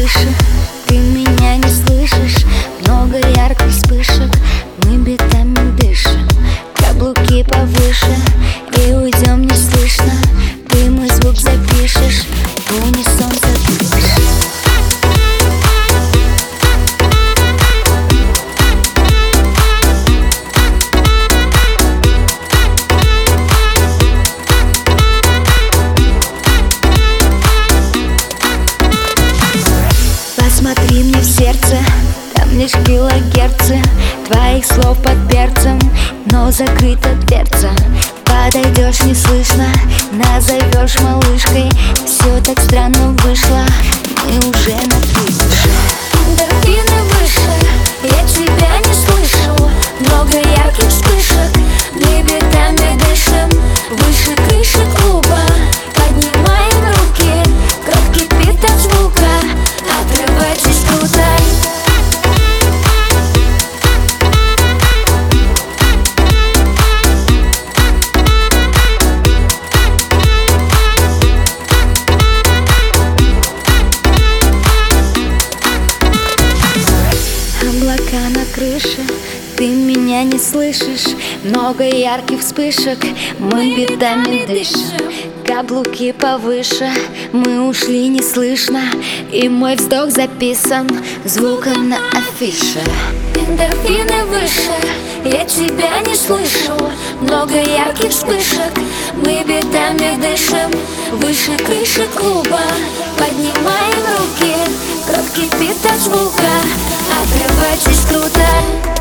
выше, ты меня не слышишь. Много ярких вспышек, мы битами дышим. Каблуки повыше, и уйдем не слышно. Ты мой звук запишешь, в унисон задышишь. Посмотри мне в сердце, там лишь килогерцы твоих слов под перцем, но закрыта дверца. Подойдешь не слышно, назовешь малышкой. Все так странно вышло, мы уже на финише. Эндорфины выше, я тебя не слышу. Много ярких вспышек, мы битами дышим. Выше крыши клуба, поднимаем руки. Кровь кипит от звука, отрывайтесь круто. Облака на крыше, ты меня не слышишь. Много ярких вспышек, мы битами дышим. Каблуки повыше, мы ушли не слышно. И мой вздох записан звуком на афише. Эндорфины выше, я тебя не слышу. Много ярких вспышек, мы битами дышим. Выше крыши клуба, поднимаем руки. Кровь кипит от звука, отрывайтесь круто.